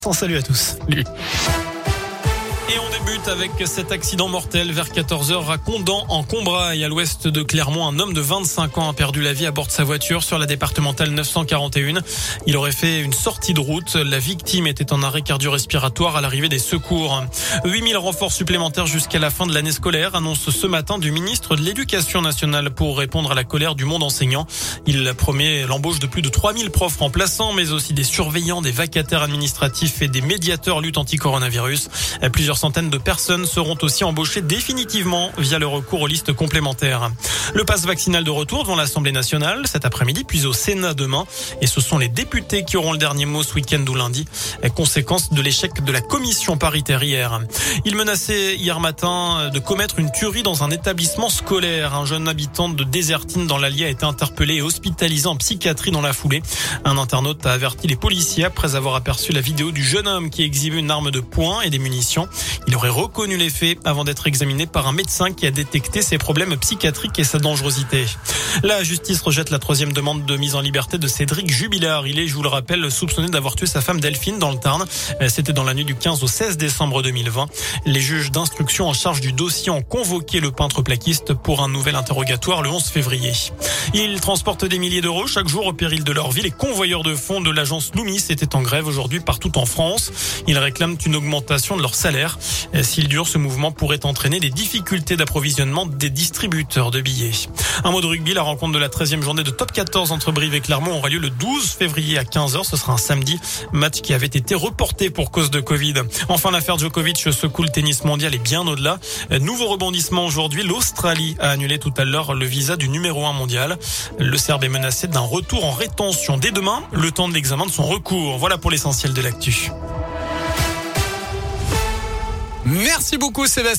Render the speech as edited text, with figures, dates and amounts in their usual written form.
Salut à tous. Salut. Et on débute avec cet accident mortel vers 14h à Condan en Combraille, à l'ouest de Clermont. Un homme de 25 ans a perdu la vie à bord de sa voiture sur la départementale 941. Il aurait fait une sortie de route. La victime était en arrêt cardio-respiratoire à l'arrivée des secours. 8000 renforts supplémentaires jusqu'à la fin de l'année scolaire, annonce ce matin du ministre de l'Éducation nationale pour répondre à la colère du monde enseignant. Il promet l'embauche de plus de 3000 profs remplaçants, mais aussi des surveillants, des vacataires administratifs et des médiateurs lutte anti-coronavirus. Plusieurs centaines de personnes seront aussi embauchées définitivement via le recours aux listes complémentaires. Le pass vaccinal de retour devant l'Assemblée nationale cet après-midi, puis au Sénat demain. Et ce sont les députés qui auront le dernier mot ce week-end ou lundi, conséquence de l'échec de la commission paritaire hier. Il menaçait hier matin de commettre une tuerie dans un établissement scolaire. Un jeune habitant de Désertine dans l'Allier a été interpellé et hospitalisé en psychiatrie dans la foulée. Un internaute a averti les policiers après avoir aperçu la vidéo du jeune homme qui exhibait une arme de poing et des munitions. Il aurait reconnu les faits avant d'être examiné par un médecin qui a détecté ses problèmes psychiatriques et sa dangerosité. La justice rejette la troisième demande de mise en liberté de Cédric Jubilard. Il est, je vous le rappelle, soupçonné d'avoir tué sa femme Delphine dans le Tarn. C'était dans la nuit du 15 au 16 décembre 2020. Les juges d'instruction en charge du dossier ont convoqué le peintre plaquiste pour un nouvel interrogatoire le 11 février. Ils transportent des milliers d'euros chaque jour au péril de leur vie. Les convoyeurs de fonds de l'agence Loomis étaient en grève aujourd'hui partout en France. Ils réclament une augmentation de leur salaire. S'il dure, ce mouvement pourrait entraîner des difficultés d'approvisionnement des distributeurs de billets. Un mot de rugby, la rencontre de la 13e journée de top 14 entre Brive et Clermont aura lieu le 12 février à 15h. Ce sera un samedi, match qui avait été reporté pour cause de Covid. Enfin, l'affaire Djokovic secoue le tennis mondial et bien au-delà. Nouveau rebondissement aujourd'hui, l'Australie a annulé tout à l'heure le visa du numéro 1 mondial. Le Serbe est menacé d'un retour en rétention dès demain, le temps de l'examen de son recours. Voilà pour l'essentiel de l'actu. Merci beaucoup Sébastien.